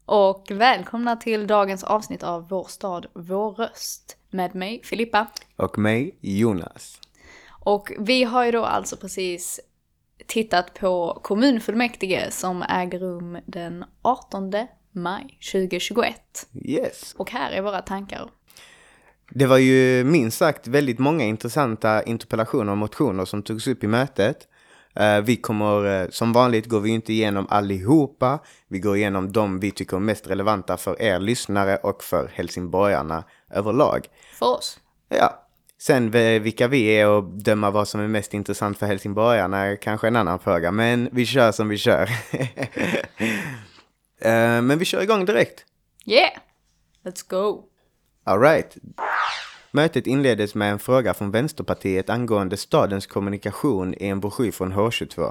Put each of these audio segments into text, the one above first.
Och välkomna till dagens avsnitt av Vår stad, vår röst. Med mig, Filippa. Och mig, Jonas. Och vi har ju då alltså precis tittat på kommunfullmäktige som äger rum den 18 maj 2021. Yes. Och här är våra tankar. Det var ju minst sagt väldigt många intressanta interpellationer och motioner som togs upp i mötet. Vi kommer, som vanligt går vi inte igenom allihopa. Vi går igenom de vi tycker är mest relevanta för er lyssnare och för helsingborgarna överlag. För oss. Ja, sen vilka vi är och döma vad som är mest intressant för helsingborgarna är kanske en annan fråga. Men vi kör som vi kör. Men vi kör igång direkt. Yeah, let's go. All right. Mötet inleddes med en fråga från Vänsterpartiet angående stadens kommunikation i en broschyr från H22.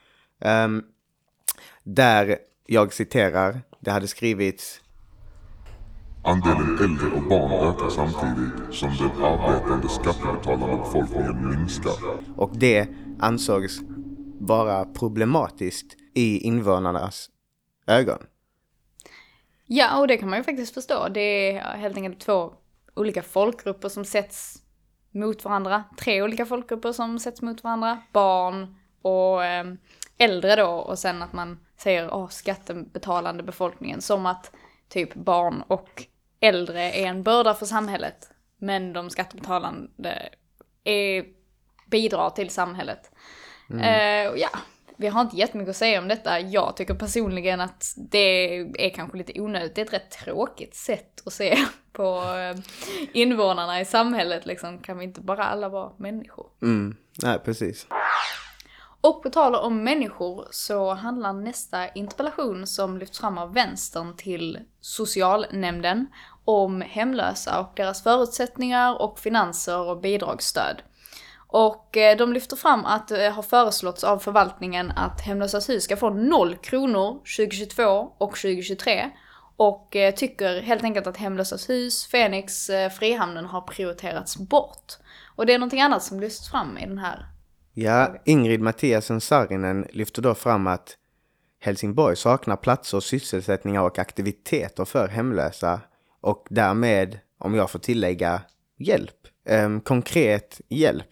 Där, jag citerar, det hade skrivits: andelen äldre och barn ökar samtidigt som den arbetande skattebetalande befolkningen minskar. Och det ansågs vara problematiskt i invånarnas ögon. Ja, och det kan man ju faktiskt förstå. Det är helt enkelt två olika folkgrupper som sätts mot varandra. 3 olika folkgrupper som sätts mot varandra. Barn och äldre då. Och sen att man säger skattebetalande befolkningen. Som att typ barn och äldre är en börda för samhället. Men de skattebetalande bidrar till samhället. Ja, vi har inte jättemycket att säga om detta. Jag tycker personligen att det är kanske lite onödigt. Det är ett rätt tråkigt sätt att se på invånarna i samhället. Liksom. Kan vi inte bara alla vara människor? Nej, precis. Och på tal om människor så handlar nästa interpellation som lyfts fram av vänstern till socialnämnden om hemlösa och deras förutsättningar och finanser och bidragsstöd. Och de lyfter fram att det har föreslåtts av förvaltningen att Hemlösas hus ska få 0 kronor 2022 och 2023. Och tycker helt enkelt att Hemlösas hus, Fenix, Frihamnen har prioriterats bort. Och det är någonting annat som lyfts fram i den här. Ja, Ingrid Mattiasen Saarinen lyfter då fram att Helsingborg saknar platser, sysselsättningar och aktiviteter för hemlösa. Och därmed, om jag får tillägga, hjälp. Konkret hjälp.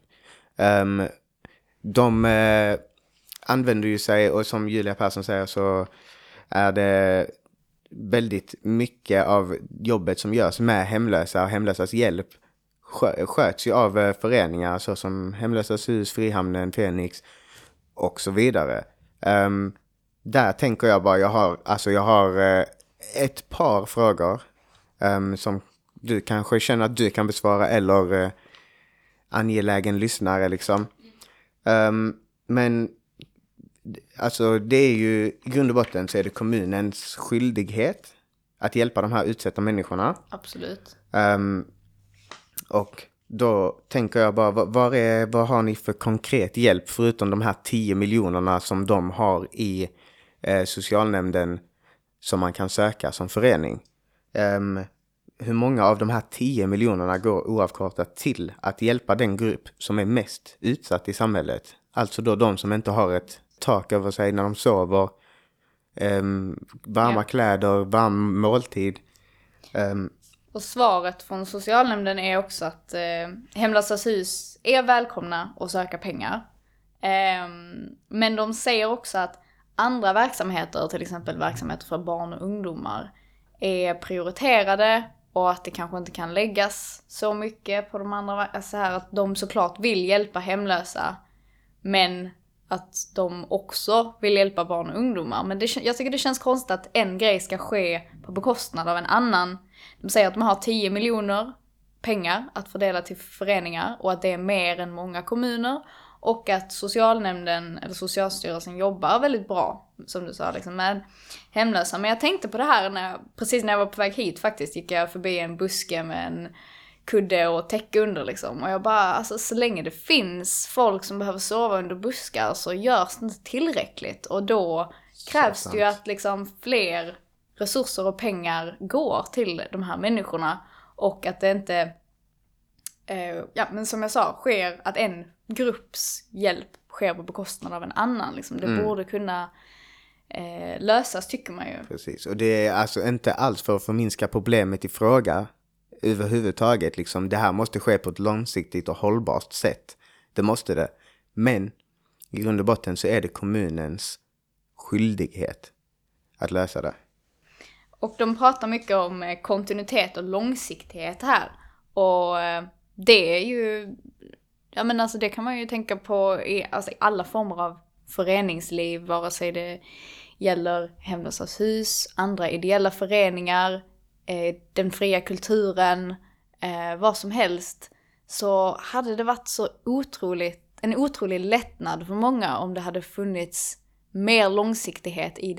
De använder ju sig, och som Julia Persson säger så är det väldigt mycket av jobbet som görs med hemlösa och hemlösas hjälp sköts ju av föreningar såsom Hemlösas hus, Frihamnen, Fenix och så vidare. Där tänker jag bara, jag har ett par frågor som du kanske känner att du kan besvara eller angelägen lyssnare liksom. Men alltså det är ju i grund och botten så är det kommunens skyldighet att hjälpa de här utsatta människorna. Absolut. Och då tänker jag bara, vad har ni för konkret hjälp förutom de här 10 miljonerna som de har i socialnämnden som man kan söka som förening? Hur många av de här 10 miljonerna går oavkortat till att hjälpa den grupp som är mest utsatt i samhället? Alltså då de som inte har ett tak över sig när de sover, varma kläder, varm måltid. Och svaret från socialnämnden är också att Hemlösas hus är välkomna att söka pengar. Men de säger också att andra verksamheter, till exempel verksamheter för barn och ungdomar, är prioriterade och att det kanske inte kan läggas så mycket på de andra. Alltså här att de såklart vill hjälpa hemlösa, men att de också vill hjälpa barn och ungdomar. Men jag tycker det känns konstigt att en grej ska ske på bekostnad av en annan. De säger att de har 10 miljoner pengar att fördela till föreningar och att det är mer än många kommuner. Och att socialnämnden eller Socialstyrelsen jobbar väldigt bra, som du sa, liksom, med hemlösa. Men jag tänkte på det här precis när jag var på väg hit faktiskt, gick jag förbi en buske med en kudde och täcke under liksom. Och jag bara, alltså så länge det finns folk som behöver sova under buskar så görs det inte tillräckligt. Och då krävs det ju att liksom fler resurser och pengar går till de här människorna. Och att det inte, men som jag sa, sker att en grupps hjälp sker på bekostnad av en annan. Liksom. Det borde kunna lösas, tycker man ju. Precis, och det är alltså inte alls för att förminska problemet i fråga överhuvudtaget. Liksom, det här måste ske på ett långsiktigt och hållbart sätt. Det måste det. Men i grund och botten så är det kommunens skyldighet att lösa det. Och de pratar mycket om kontinuitet och långsiktighet här. Och det är ju, ja men alltså det kan man ju tänka på i alla former av föreningsliv, vare sig det gäller Hemlösas hus, andra ideella föreningar, den fria kulturen, vad som helst. Så hade det varit en otrolig lättnad för många om det hade funnits mer långsiktighet i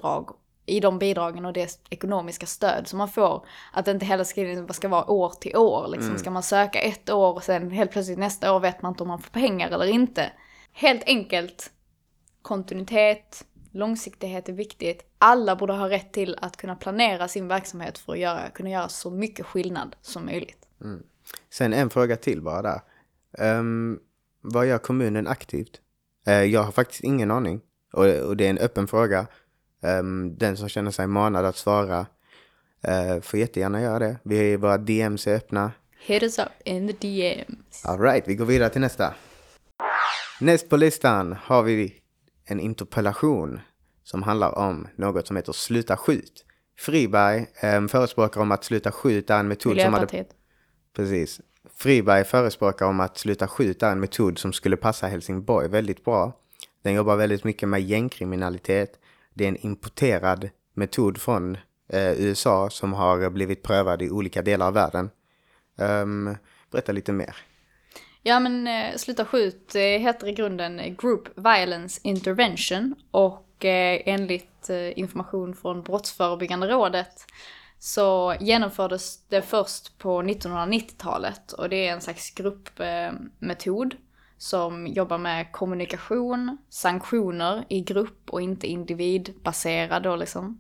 de bidragen och det ekonomiska stöd som man får. Att det inte hela ska vara år till år. Liksom. Ska man söka ett år och sen helt plötsligt nästa år vet man inte om man får pengar eller inte. Helt enkelt, kontinuitet, långsiktighet är viktigt. Alla borde ha rätt till att kunna planera sin verksamhet för att kunna göra så mycket skillnad som möjligt. Sen en fråga till bara där. Vad gör kommunen aktivt? Jag har faktiskt ingen aning. Och det är en öppen fråga. Den som känner sig manad att svara får jättegärna göra det. Våra DMs är öppna. Hit us up in the DMs. All right, vi går vidare till nästa. Näst på listan har vi en interpellation som handlar om något som heter Sluta skjut. Friberg förespråkar om att sluta skjut är en metod som hade... Precis. Friberg förespråkar om att sluta skjut är en metod som skulle passa Helsingborg väldigt bra. Den jobbar väldigt mycket med gängkriminalitet. Det är en importerad metod från USA som har blivit prövad i olika delar av världen. Berätta lite mer. Ja, men Sluta skjut heter i grunden Group Violence Intervention och enligt information från Brottsförebyggande rådet så genomfördes det först på 1990-talet och det är en slags gruppmetod som jobbar med kommunikation, sanktioner i grupp och inte individbaserad då liksom.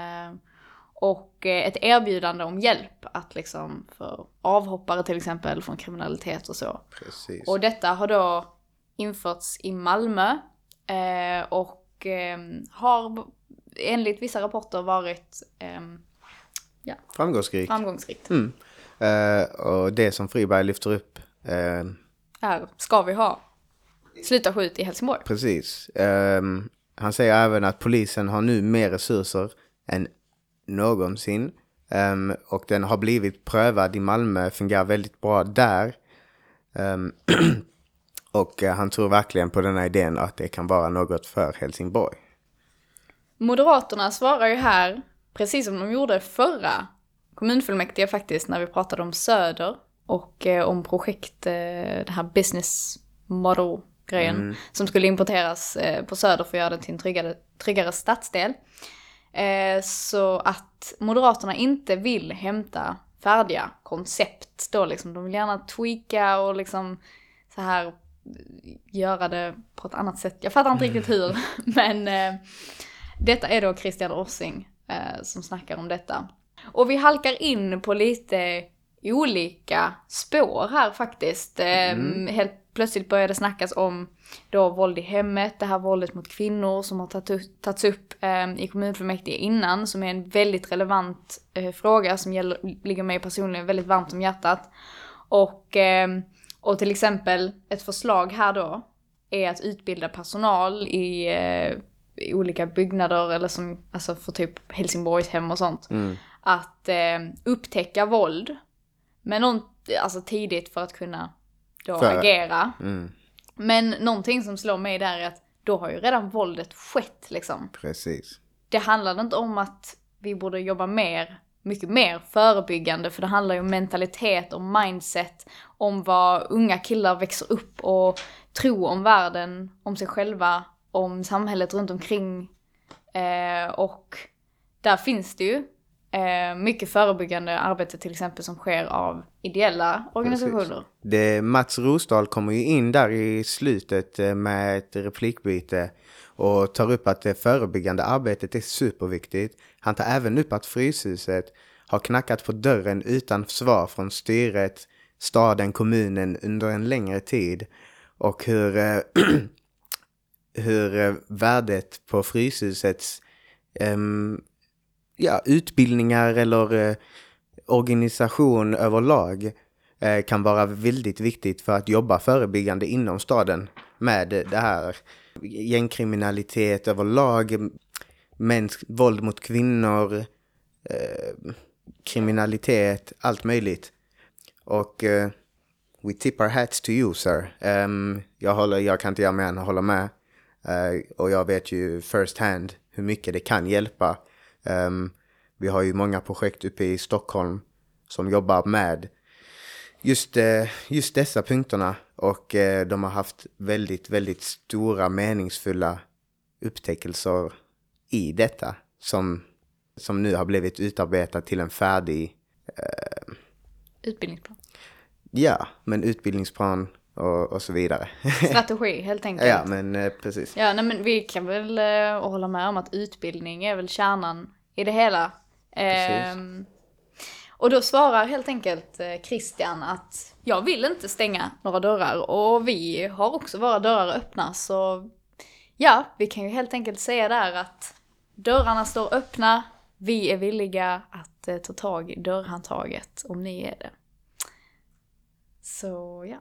Och ett erbjudande om hjälp att liksom för avhoppare till exempel från kriminalitet och så. Precis. Och detta har då införts i Malmö och har enligt vissa rapporter varit framgångsrikt. Och det som Friberg lyfter upp här ska vi ha Sluta skjut i Helsingborg. Precis. Han säger även att polisen har nu mer resurser än någonsin. Och den har blivit prövad i Malmö, fungerar väldigt bra där. Och han tror verkligen på den här idén att det kan vara något för Helsingborg. Moderaterna svarar ju här, precis som de gjorde förra kommunfullmäktige faktiskt, när vi pratade om Söder och om projekt, det här business model-grejen som skulle importeras på Söder för att göra det till en tryggare stadsdel. Så att Moderaterna inte vill hämta färdiga koncept då liksom. De vill gärna tweaka och liksom så här göra det på ett annat sätt. Jag fattar inte riktigt hur, men detta är då Christian Orsing som snackar om detta. Och vi halkar in på lite olika spår här faktiskt. Helt plötsligt började snackas om då våld i hemmet, det här våldet mot kvinnor som har tagits upp i kommunfullmäktige innan, som är en väldigt relevant fråga som ligger mig personligen väldigt varmt om hjärtat. Och till exempel ett förslag här då är att utbilda personal i olika byggnader eller som, alltså för typ Helsingborgs hem och sånt. Att upptäcka våld men alltså tidigt för att kunna då agera. Men någonting som slår mig där är att då har ju redan våldet skett liksom. Precis. Det handlar inte om att vi borde jobba mycket mer förebyggande, för det handlar ju om mentalitet och mindset, om vad unga killar växer upp och tror om världen, om sig själva, om samhället runt omkring. Och där finns det ju mycket förebyggande arbete till exempel som sker av ideella organisationer. Mats Rosdahl kommer ju in där i slutet med ett replikbyte och tar upp att det förebyggande arbetet är superviktigt. Han tar även upp att Fryshuset har knackat på dörren utan svar från styret, staden, kommunen under en längre tid. Och hur värdet på Fryshusets utbildningar eller organisation överlag kan vara väldigt viktigt för att jobba förebyggande inom staden med det här. Gängkriminalitet överlag, våld mot kvinnor, kriminalitet, allt möjligt. Och we tip our hats to you, sir. Jag kan inte göra mer än att hålla med. Och jag vet ju first hand hur mycket det kan hjälpa. Vi har ju många projekt uppe i Stockholm som jobbar med just dessa punkterna. Och de har haft väldigt, väldigt stora meningsfulla upptäckelser i detta. Som nu har blivit utarbetat till en färdig utbildningsplan. Ja, men utbildningsplan och så vidare. Strategi helt enkelt. Ja, men precis. Ja, nej, men vi kan väl hålla med om att utbildning är väl kärnan i det hela. Och då svarar helt enkelt Christian att jag vill inte stänga några dörrar och vi har också våra dörrar öppna, så ja, vi kan ju helt enkelt säga där att dörrarna står öppna, vi är villiga att ta tag i dörrhandtaget om ni är det. Så ja.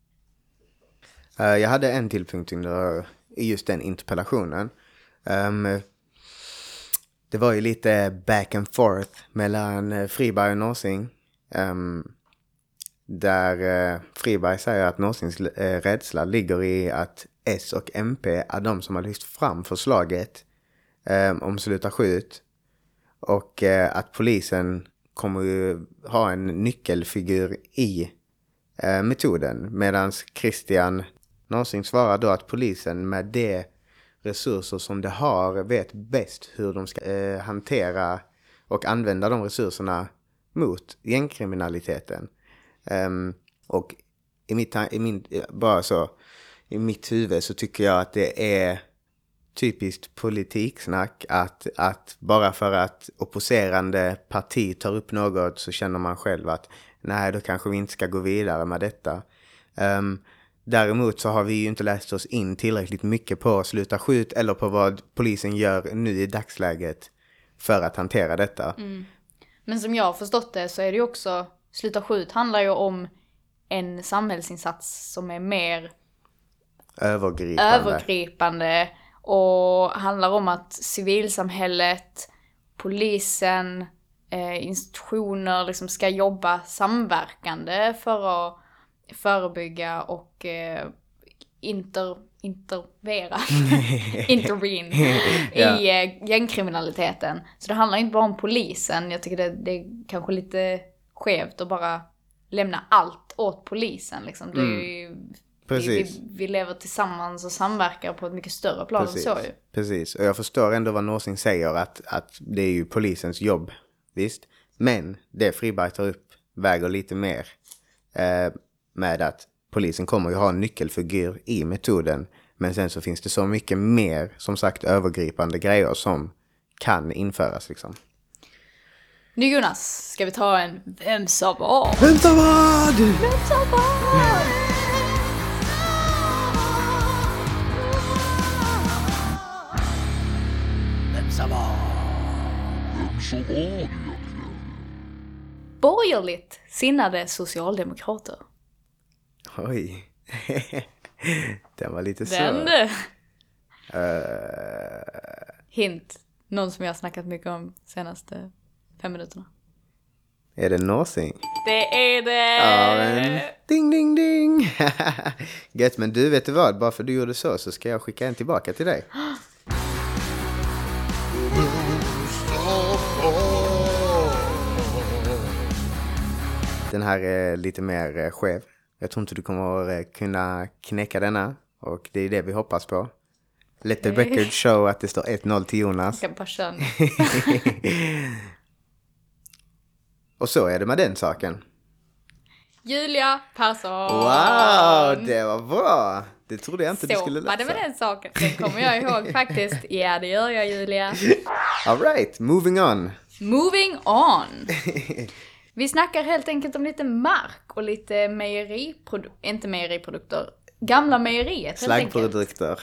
Jag hade en till punkt i just den interpellationen. Det var ju lite back and forth mellan Friberg och Norsing. Där Friberg säger att Norsings rädsla ligger i att S och MP är de som har lyft fram förslaget om sluta skjut. Och att polisen kommer ju ha en nyckelfigur i metoden. Medan Christian Norsing svarar då att polisen med de resurser som de har vet bäst hur de ska hantera och använda de resurserna mot gängkriminaliteten. Och i mitt huvud så tycker jag att det är typiskt politiksnack att bara för att opposerande parti tar upp något så känner man själv att nej, då kanske vi inte ska gå vidare med detta. Däremot så har vi ju inte läst oss in tillräckligt mycket på sluta skjut eller på vad polisen gör nu i dagsläget för att hantera detta. Men som jag har förstått det så är det ju också, sluta skjut handlar ju om en samhällsinsats som är mer övergripande och handlar om att civilsamhället, polisen, institutioner liksom ska jobba samverkande för att förebygga och intervene i gängkriminaliteten. Så det handlar inte bara om polisen. Jag tycker det är kanske lite skevt att bara lämna allt åt polisen. Liksom. Det är ju, vi lever tillsammans och samverkar på ett mycket större plan. Så ju. Precis, och jag förstår ändå vad Norsing säger att det är ju polisens jobb, visst. Men det Friberg tar upp väger lite mer med att polisen kommer ju ha en nyckelfigur i metoden. Men sen så finns det så mycket mer, som sagt, övergripande grejer som kan införas liksom. Nu Jonas, ska vi ta en Vem sa vad? Vem sa vad? Vem sa vad? Vem sa vad? Vem sa vad? Borgerligt sinnade socialdemokrater. Oj. Den var lite Den svår. Hint. Någon som jag har snackat mycket om senaste 5 minuterna. Är det Norsing? Det är det! Ja, men ding, ding, ding. Gött, men du, vet du vad? Bara för du gjorde så ska jag skicka en tillbaka till dig. Den här är lite mer skev. Jag tror inte du kommer att kunna knäcka denna. Och det är det vi hoppas på. Let the record show att det står 1-0 till Jonas. Jag kan bara köra. Och så är det med den saken. Julia Persson. Wow, det var bra. Det trodde jag inte du skulle läsa. Så var det med den saken. Det kommer jag ihåg faktiskt. Ja, det gör jag, Julia. All right, moving on. Moving on. Vi snackar helt enkelt om lite mark och lite inte mejeriprodukter. Gamla mejeriet helt enkelt. Slaggprodukter.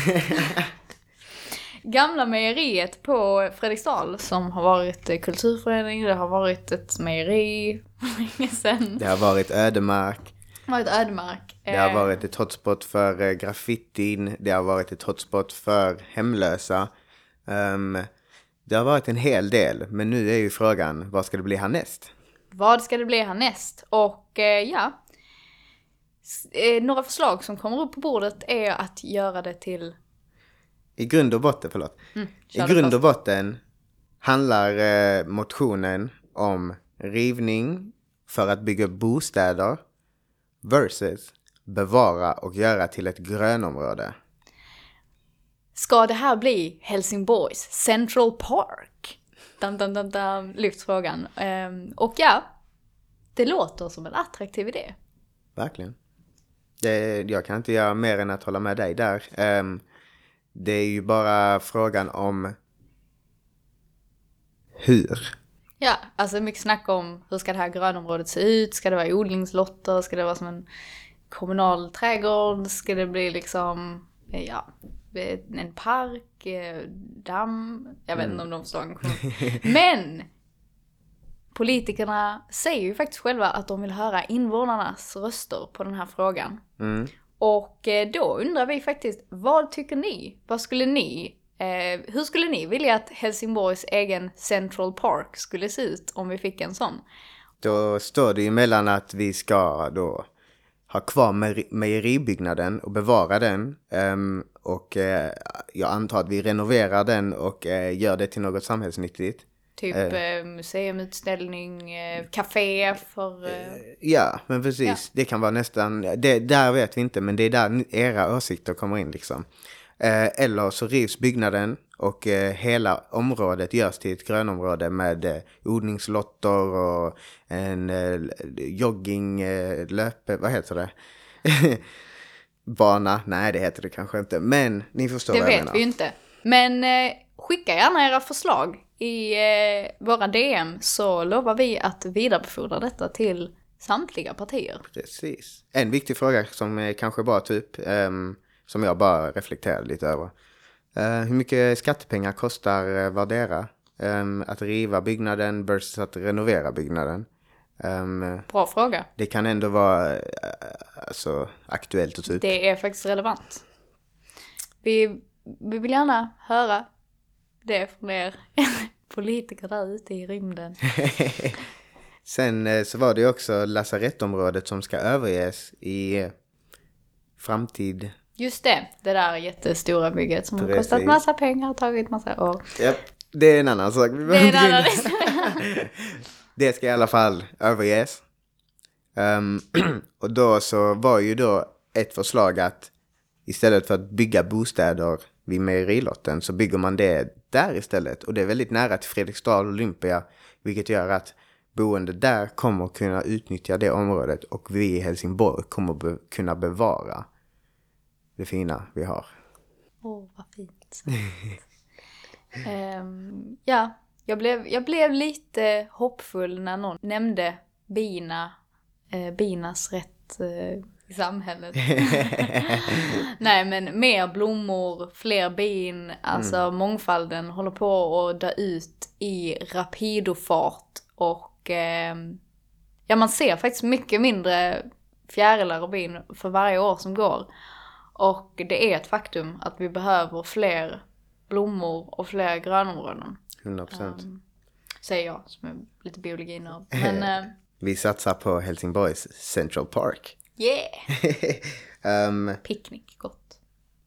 Gamla mejeriet på Fredriksdal som har varit kulturförening, det har varit ett mejeri för länge sedan. Det har varit ödemark. Det har varit ett hotspot för graffitin. Det har varit ett hotspot för hemlösa. Det har varit en hel del. Men nu är ju frågan, vad ska det bli härnäst? Vad ska det bli härnäst? Och några förslag som kommer upp på bordet är att göra det till... I grund och botten handlar motionen om rivning för att bygga bostäder versus bevara och göra till ett grönområde. Ska det här bli Helsingborgs Central Park? Lyfts frågan. Och ja, det låter som en attraktiv idé. Verkligen. Jag kan inte göra mer än att hålla med dig där. Det är ju bara frågan om hur. Ja, alltså mycket snack om hur ska det här grönområdet se ut? Ska det vara odlingslotter? Ska det vara som en kommunal trädgård? Ska det bli liksom, en park, damm? Jag vet inte om de förslagen kommer. Men politikerna säger ju faktiskt själva att de vill höra invånarnas röster på den här frågan. Och då undrar vi faktiskt, vad tycker ni? Vad skulle ni, hur skulle ni vilja att Helsingborgs egen Central Park skulle se ut om vi fick en sån? Då står det ju mellan att vi ska då ha kvar mejeribyggnaden och bevara den. Och jag antar att vi renoverar den och gör det till något samhällsnyttigt. Typ museumutställning, café för... Ja, men precis. Ja. Det kan vara nästan... där vet vi inte, men det är där era åsikter kommer in liksom. Eller så rivs byggnaden och hela området görs till ett grönområde med odlingslotter och en jogging, vad heter det? Bana? Nej, det heter det kanske inte. Men ni förstår vad jag menar. Det vet vi ju inte. Men skicka gärna era förslag i våra DM så lovar vi att vidarebefordra detta till samtliga partier. Precis. En viktig fråga som kanske bara typ... som jag bara reflekterade lite över. Hur mycket skattepengar kostar vardera att riva byggnaden versus att renovera byggnaden? Bra fråga. Det kan ändå vara aktuellt och typ. Det är faktiskt relevant. Vi vill gärna höra det från er politiker där ute i rymden. Sen så var det också lasarettområdet som ska överges i framtid. Just det där jättestora bygget som har kostat massa pengar och tagit massa år. Japp, det är en annan sak. Det ska i alla fall överges. Och då så var ju då ett förslag att istället för att bygga bostäder vid mejerilotten så bygger man det där istället. Och det är väldigt nära till Fredriksdal Olympia, vilket gör att boende där kommer kunna utnyttja det området och vi i Helsingborg kommer kunna bevara det fina vi har. Vad fint. Ja, jag blev lite hoppfull när någon nämnde binas rätt i samhället. Nej, men mer blommor, fler bin, alltså mångfalden håller på att dö ut i rapidofart och man ser faktiskt mycket mindre fjärilar och bin för varje år som går. Och det är ett faktum att vi behöver fler blommor och fler grönområden. 100%. Säger jag som är lite biologinörd. Men vi satsar på Helsingborgs Central Park. Yeah! Picknick, gott.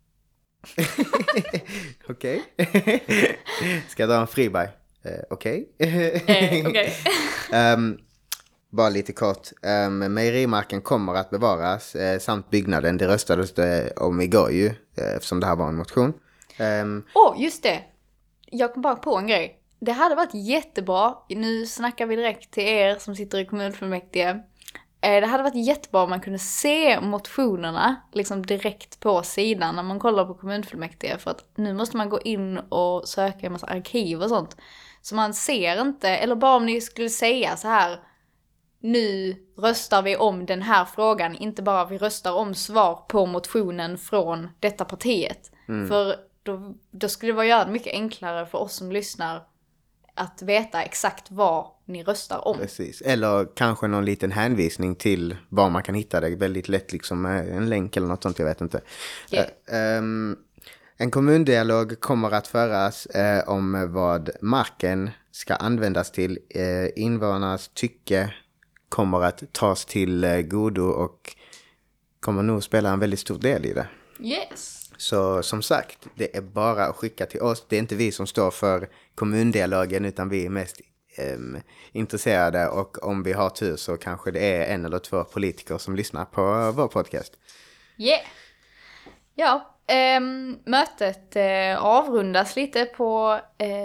Okej. Ska jag dra en freebie? Okej. Okej. Bara lite kort. Mejerimarken kommer att bevaras samt byggnaden. Det röstades det om igår ju, eftersom det här var en motion. Just det. Jag kom bara på en grej. Det hade varit jättebra, nu snackar vi direkt till er som sitter i kommunfullmäktige. Det hade varit jättebra om man kunde se motionerna liksom direkt på sidan när man kollar på kommunfullmäktige. För att nu måste man gå in och söka en massa arkiv och sånt. Så man ser inte, eller bara om ni skulle säga så här: nu röstar vi om den här frågan, inte bara vi röstar om svar på motionen från detta partiet. För då skulle det vara göra mycket enklare för oss som lyssnar att veta exakt vad ni röstar om. Precis, eller kanske någon liten hänvisning till var man kan hitta det väldigt lätt, liksom en länk eller något sånt, jag vet inte. Yeah. En kommundialog kommer att föras om vad marken ska användas till. Invånarnas tycke kommer att tas till godo och kommer nog spela en väldigt stor del i det. Yes. Så som sagt, det är bara att skicka till oss. Det är inte vi som står för kommundialogen, utan vi är mest intresserade, och om vi har tur så kanske det är 1 eller 2 politiker som lyssnar på vår podcast. Yeah. Ja, mötet avrundas lite på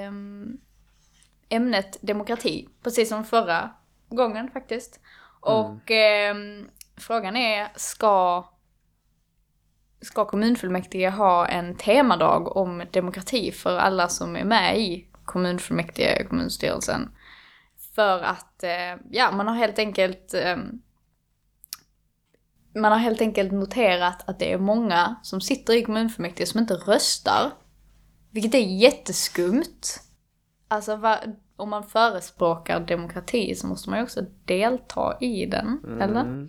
ämnet demokrati, precis som förra gången faktiskt. Och frågan är, ska kommunfullmäktige ha en temadag om demokrati för alla som är med i kommunfullmäktige, kommunstyrelsen? För att man har helt enkelt noterat att det är många som sitter i kommunfullmäktige som inte röstar. Vilket är jätteskumt. Alltså om man förespråkar demokrati så måste man ju också delta i den, eller?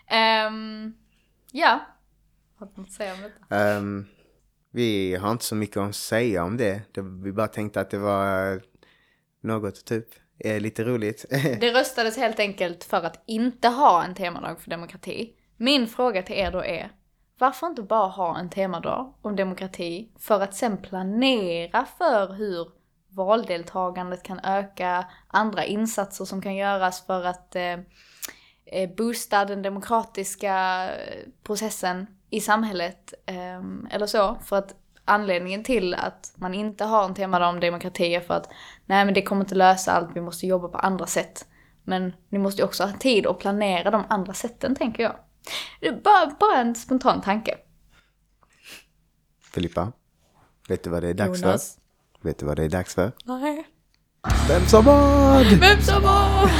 Ja. Vad man säga om detta? Vi har inte så mycket att säga om det. Vi bara tänkte att det var något typ lite roligt. Det röstades helt enkelt för att inte ha en temadag för demokrati. Min fråga till er då är, varför inte bara ha en temadag om demokrati för att sen planera för hur valdeltagandet kan öka, andra insatser som kan göras för att boosta den demokratiska processen i samhället eller så. För att anledningen till att man inte har en temadag om demokrati är för att nej, men det kommer inte lösa allt, vi måste jobba på andra sätt. Men ni måste ju också ha tid att planera de andra sätten, tänker jag. Det är bara en spontan tanke. Filippa, vet du vad det är dags Jonas. för? Vet du vad det är dags för? Nej. Vem som vad? Vem som var?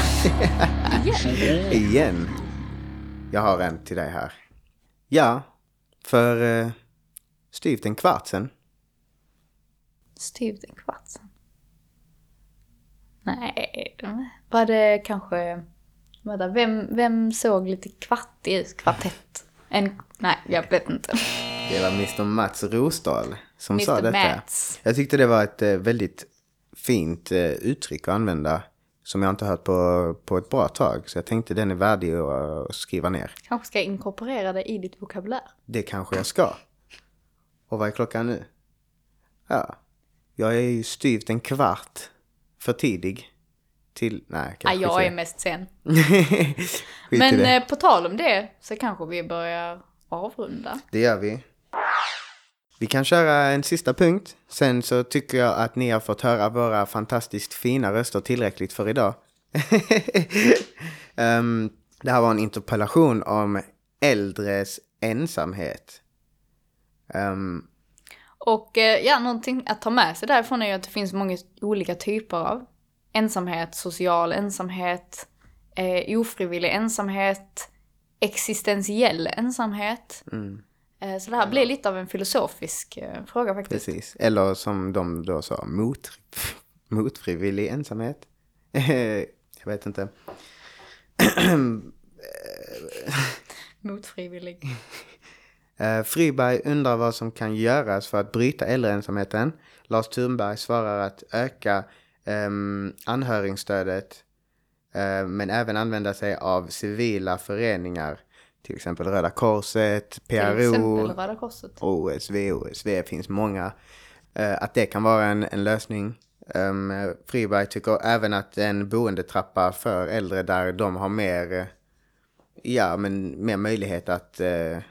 Igen. Jag har en till dig här. Ja, för styvt en kvart sen. Styvt en kvart sen? Nej, var det kanske... Vem såg lite kvartig ut? Kvartett? Nej, jag vet inte. Det var Mr. Mats Rosdahl som Mr. sa detta. Mats. Jag tyckte det var ett väldigt fint uttryck att använda som jag inte hört på ett bra tag. Så jag tänkte den är värdig att skriva ner. Kanske ska inkorporera det i ditt vokabulär. Det kanske jag ska. Och vad är klockan nu? Ja, jag är ju styvt en kvart för tidig. Jag är mest sen. Men på tal om det så kanske vi börjar avrunda. Det gör vi. Vi kan köra en sista punkt. Sen så tycker jag att ni har fått höra våra fantastiskt fina röster tillräckligt för idag. Det här var en interpellation om äldres ensamhet. Och någonting att ta med sig därifrån är ju att det finns många olika typer av ensamhet, social ensamhet, ofrivillig ensamhet, existentiell ensamhet. Så det här blir lite av en filosofisk fråga faktiskt. Precis, eller som de då sa, motfrivillig ensamhet. Jag vet inte. Motfrivillig. Friberg undrar vad som kan göras för att bryta äldreensamheten. Lars Thunberg svarar att öka anhörigstödet, men även använda sig av civila föreningar, till exempel Röda Korset, PRO, OSV finns många, att det kan vara en lösning. Friberg tycker även att en boendetrappa för äldre där de har mer möjlighet att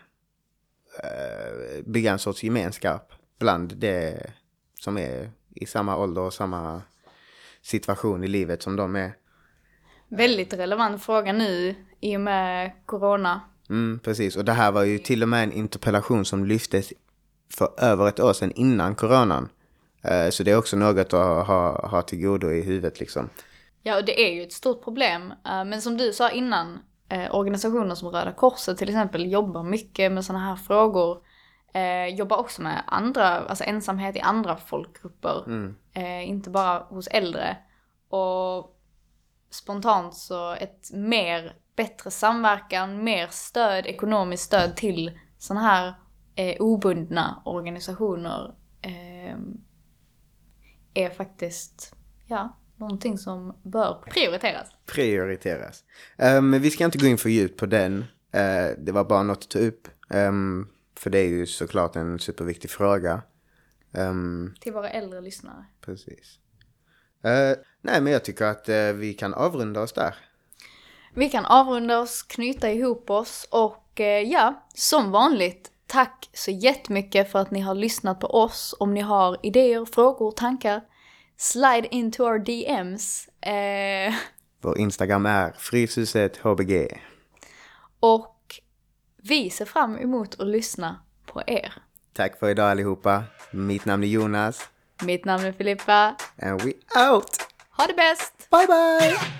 bygga en sorts gemenskap bland det som är i samma ålder och samma situation i livet som de är. Väldigt relevant fråga nu i och med corona. Precis, och det här var ju till och med en interpellation som lyftes för över ett år sedan innan coronan. Så det är också något att ha till godo i huvudet liksom. Ja, och det är ju ett stort problem. Men som du sa innan, organisationer som Röda Korset till exempel jobbar mycket med sådana här frågor. Jobbar också med andra, alltså ensamhet i andra folkgrupper. Inte bara hos äldre. Och spontant så ett bättre samverkan, mer stöd, ekonomiskt stöd till sådana här obundna organisationer är faktiskt, någonting som bör prioriteras. Men vi ska inte gå in för djupt på den. Det var bara något att ta upp. För det är ju såklart en superviktig fråga. Till våra äldre lyssnare. Precis. Nej, men jag tycker att vi kan avrunda oss där. Vi kan avrunda oss, knyta ihop oss och som vanligt, tack så jättemycket för att ni har lyssnat på oss. Om ni har idéer, frågor, tankar, slide into our DMs. Vår Instagram är FryshusetHBG. Och vi ser fram emot att lyssna på er. Tack för idag allihopa. Mitt namn är Jonas. Mitt namn är Filippa. And we out! Ha det bäst! Bye bye!